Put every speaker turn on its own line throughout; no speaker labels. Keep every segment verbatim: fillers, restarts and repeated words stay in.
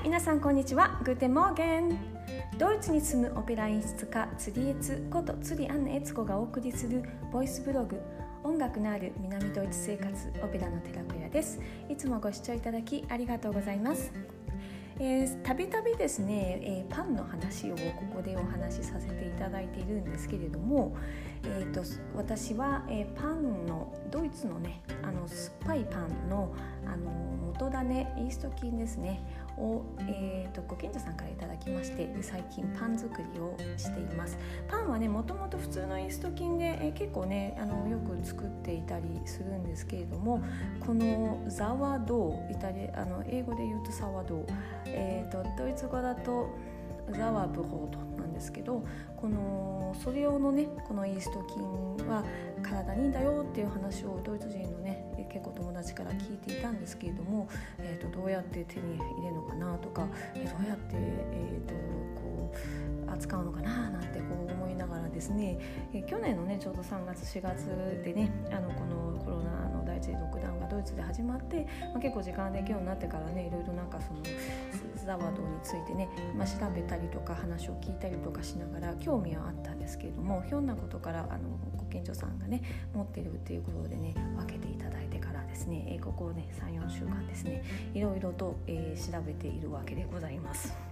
皆さんこんにちは。グーテンモーゲン。ドイツに住むオペラ演出家ツリエツことツリアンネエツコがお送りするボイスブログ、音楽のある南ドイツ生活、オペラの寺子屋です。いつもご視聴いただきありがとうございます。えー、たびたびですね、えー、パンの話をここでお話しさせていただいているんですけれども、えー、と私は、えー、パンのドイツのねあの酸っぱいパンの、あの元種イースト菌ですねを、えー、とご近所さんからいただきまして、最近パン作りをしています。パンはねもともと普通のイースト菌で、えー、結構ねあのよく作っていたりするんですけれども、このザワドー、イタリアあの英語で言うとサワドー、えー、とドイツ語だとザワブホートなんですけど、このそれ用のねこのイースト菌は体にいいんだよっていう話をドイツ人のね結構友達から聞いていたんですけれども、えー、とどうやって手に入れるのかなとか、えー、どうやって、えー、とこう扱うのかななんてこう思いながらですね、えー、去年のねちょうどさんがつしがつでねあのこのコロナの第一次ロックダウンがドイツで始まって、まあ、結構時間できるようになってからねいろいろなんかそのザワドについてね、まあ、調べたりとか話を聞いたりとかしながら興味はあったんですけれども、ひょんなことからあのご近所さんがね持ってるっていうことでね分けていただいてからですね、ここね さん,よん 週間ですねいろいろと、えー、調べているわけでございます、うん、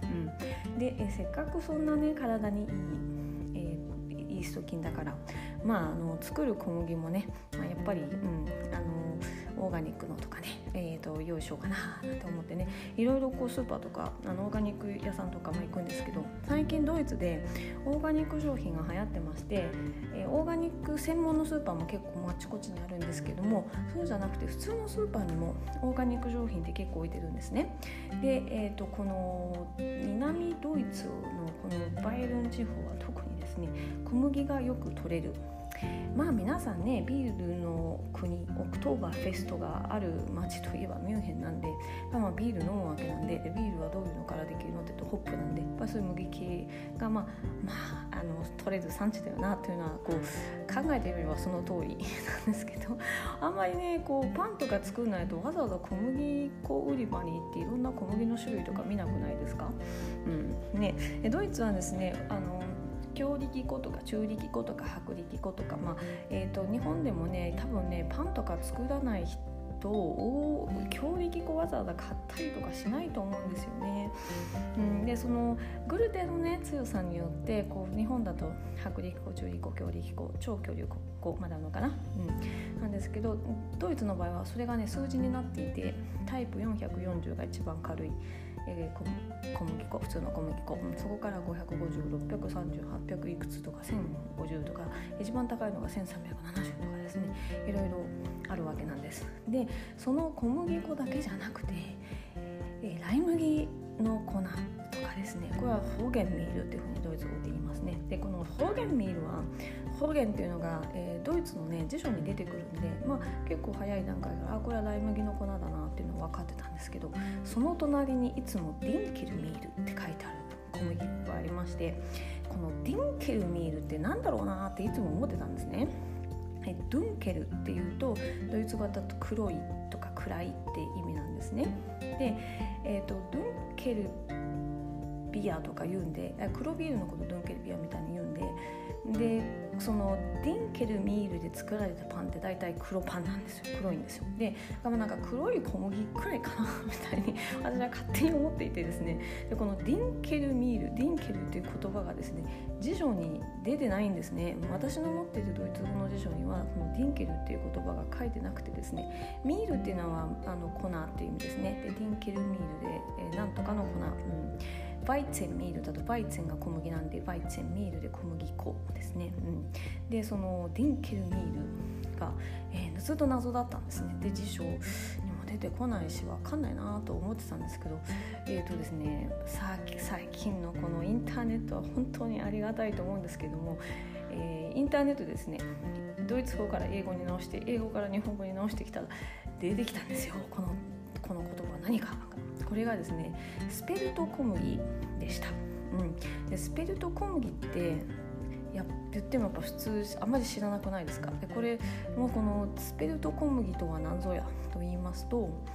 で、えー、せっかくそんなね体にいい、えー、イースト菌だから、まあ、あの作る小麦もね、まあ、やっぱり、うん、あのオーガニックのとかね、えー、と用意しようかななんて思ってね、いろいろこうスーパーとかあのオーガニック屋さんとかも行くんですけど、最近ドイツでオーガニック商品が流行ってまして、えー、オーガニック専門のスーパーも結構あちこちにあるんですけども、そうじゃなくて普通のスーパーにもオーガニック商品って結構置いてるんですね。で、えー、とこの南ドイツのこのバイエルン地方は特にですね小麦がよく取れる。まあ皆さんねビールの国オクトーバーフェストがある街といえばミュンヘンなんで、まあ、ビール飲むわけなんで、でビールはどういうのからできるのって言うとホップなんで、やっぱそういう麦系がまあ、まあ、あの取れる産地だよなというのはこう考えてみればその通りなんですけど、あんまりねこうパンとか作んないとわざわざ小麦粉売り場に行っていろんな小麦の種類とか見なくないですか、うんね、ドイツはですねあの強力粉とか中力粉とか薄力粉とか、まあえー、と日本でもね多分ねパンとか作らない人を強力粉わざわざ買ったりとかしないと思うんですよね、うん、でそのグルテンのね強さによってこう日本だと薄力粉、中力粉、強力粉、超強力粉まであるのかな、うん、なんですけどドイツの場合はそれがね数字になっていて、タイプよんひゃくよんじゅうが一番軽いえー、小麦粉、普通の小麦粉、そこからごひゃくごじゅう、ろっぴゃくさんじゅう、はっぴゃくいくつとかせんごじゅうとか、一番高いのがせんさんびゃくななじゅうとかですね、いろいろあるわけなんです。でその小麦粉だけじゃなくて、えー、ライ麦の粉とかですね、これはホーゲンミールというふうにドイツ語で言いますね。でこのホーゲンミールはホーゲンっていうのが、えー、ドイツのね辞書に出てくるんで、まあ、結構早い段階からあこれはライ麦の粉だなっていうのは分かってたんですけど、その隣にいつもディンケルミールって書いてある小麦粉がありまして、このディンケルミールってなんだろうなっていつも思ってたんですね。ドゥンケルっていうとドイツ語だと黒いとか暗いって意味なんですね。で、えーと、ドゥンケルビアとか言うんで、黒ビールのことドゥンケルビアみたいに言うんで、でそのディンケルミールで作られたパンって大体黒パンなんですよ。黒いんですよ。でなんか黒い小麦くらいかなみたいに私は勝手に思っていてですね、でこのディンケルミールディンケルっていう言葉がですね辞書に出てないんですね。私の持っているドイツ語の辞書にはこのディンケルっていう言葉が書いてなくてですね、ミールっていうのはあの粉っていう意味ですね。でディンケルミールで、えー、なんとかの粉、うんバイツェンミールだとバイツェンが小麦なんでバイツェンミールで小麦粉ですね、うん、でそのディンケルミールが、えー、ずっと謎だったんですね。で辞書にも出てこないし分かんないなと思ってたんですけど、えーとですねさ最近のこのインターネットは本当にありがたいと思うんですけども、えー、インターネットですねドイツ語から英語に直して英語から日本語に直してきたら出てきたんですよ。このこの言葉は何か。これがですねスペルト小麦でした、うん、でスペルト小麦ってや言ってもやっぱ普通あんまり知らなくないですか。でこれもうこのスペルト小麦とは何ぞやと言いますと、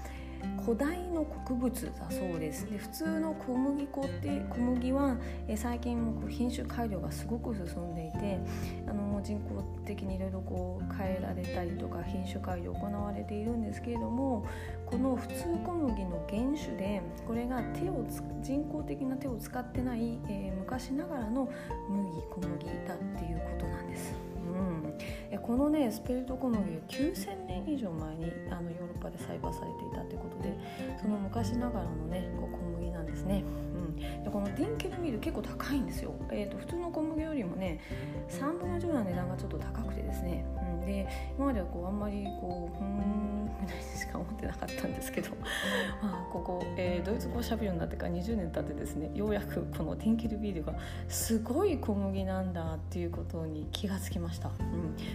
古代の穀物だそうです。で、普通の小麦粉って小麦はえ最近もこう品種改良がすごく進んでいて、あの人工的にいろいろこう変えられたりとか品種改良行われているんですけれども、この普通小麦の原種でこれが手をつ人工的な手を使ってない、えー、昔ながらの麦小麦だっていうことなんです。うん、このねスペルト小麦はきゅうせんねん以上前にあのヨーロッパで栽培されていたということで、その昔ながらのねこう小麦なんですね。うん、でこのディンケルミール結構高いんですよ。えーと、普通の小麦よりもねさんぶんのいちぐらいの値段がちょっと高くてですね、うん、で今まではこうあんまりこううーんぐらいしか思ってなかったんですけどまあここ、えー、ドイツ語をしゃべるようになってからにじゅうねん経ってですね、ようやくこのディンケルミールがすごい小麦なんだっていうことに気がつきました。うん、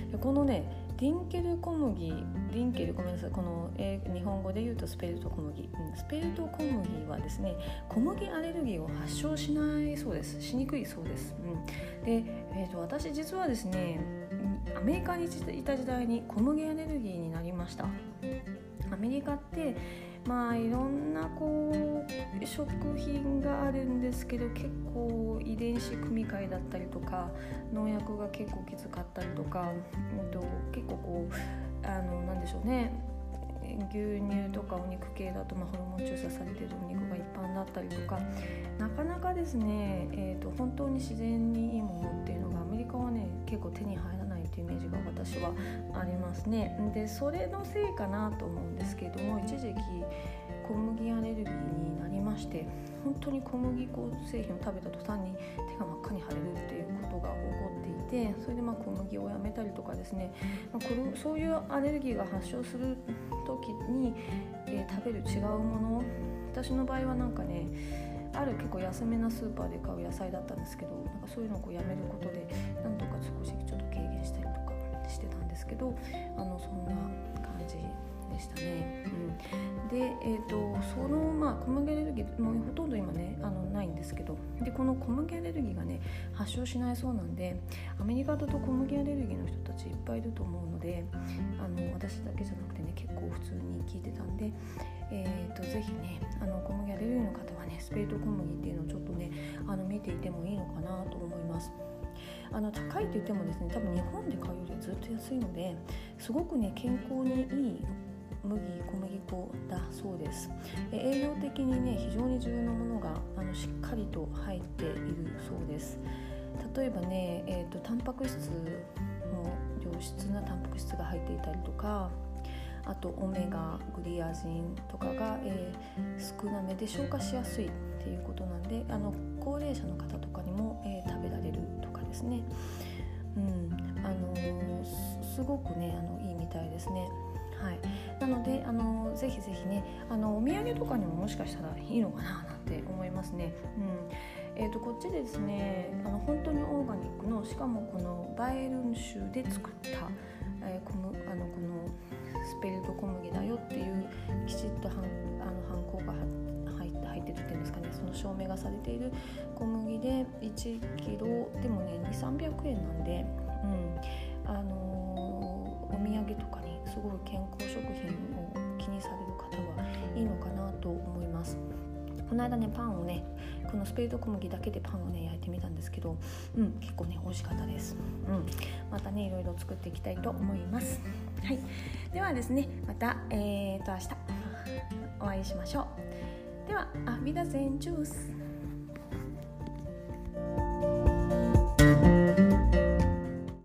でこのねディンケル小麦ディンケルごめんなさいこの、えー、日本語で言うとスペルト小麦、うん、スペルト小麦はですね小麦アレルギーを発症しないそうです。しにくいそうです。うん、で、えーと、私実はですねアメリカにいた時代に小麦アレルギーになりました。アメリカってまあいろんなこう食品があるんですけど、結構遺伝子組み換えだったりとか農薬が結構きつかったりとか、うん、と結構こうあのなんでしょうね、牛乳とかお肉系だと、まあ、ホルモン注射されているお肉が一般だったりとか、なかなかですね、えーと、本当に自然にいいものっていうのがアメリカはね結構手に入らないというイメージが私はありますね。でそれのせいかなと思うんですけれども、一時期小麦アレルギーになりまして、本当に小麦粉製品を食べた途端に手が真っ赤に腫れるっていうことが起こっていて、それでまあ小麦をやめたりとかですね、まあ、これそういうアレルギーが発症する時に、えー、食べる違うもの、私の場合はなんかねある結構安めなスーパーで買う野菜だったんですけど、なんかそういうのをこうやめることでなんとか少しちょっと軽減したりとかしてたんですけど、あのそんな感じでしたね。うん、で、えーと、その、まあ、小麦アレルギーもうほとんど今ねあのないんですけど、でこの小麦アレルギーがね発症しないそうなんで、アメリカだと小麦アレルギーの人たちいっぱいいると思うので、あの私だけじゃなくてね結構普通に聞いてたんで、えーと、ぜひねあの小麦アレルギーの方はねスペルト小麦っていうのをちょっとねあの見ていてもいいのかなと思います。あの高いと言ってもですね、多分日本で買うよりはずっと安いので、すごくね健康にいい麦小麦粉だそうです。栄養的にね非常に重要なものがあのしっかりと入っているそうです。例えばね、えーと、タンパク質も良質なタンパク質が入っていたりとか、あとオメガグリアジンとかが、えー、少なめで消化しやすいっていうことなんで、あの高齢者の方とかにも、えー、食べられるとかですね、うんあのー、す, すごくねあのいいみたいですね。はい、なのであのぜひぜひねあのお土産とかにももしかしたらいいのかななんて思いますね。うんえー、とこっちでですねあの本当にオーガニックの、しかもこのバイエルン州で作った、えー、このあのこのスペルト小麦だよっていうきちっとはんあのハンコが入って入ってるっていうんですかね、その証明がされている小麦でいちキロでもねにせんさんびゃくえんなんで、うんあのー、お土産とかにすごい健康食品を気にされる方はいいのかなと思います。この間ねパンをねこのスペルト小麦だけでパンをね焼いてみたんですけど、うん、結構ね美味しかったです。うん、またねいろいろ作っていきたいと思います。はい、ではですねまた、えー、と明日お会いしましょう。ではアフィダゼンチュース。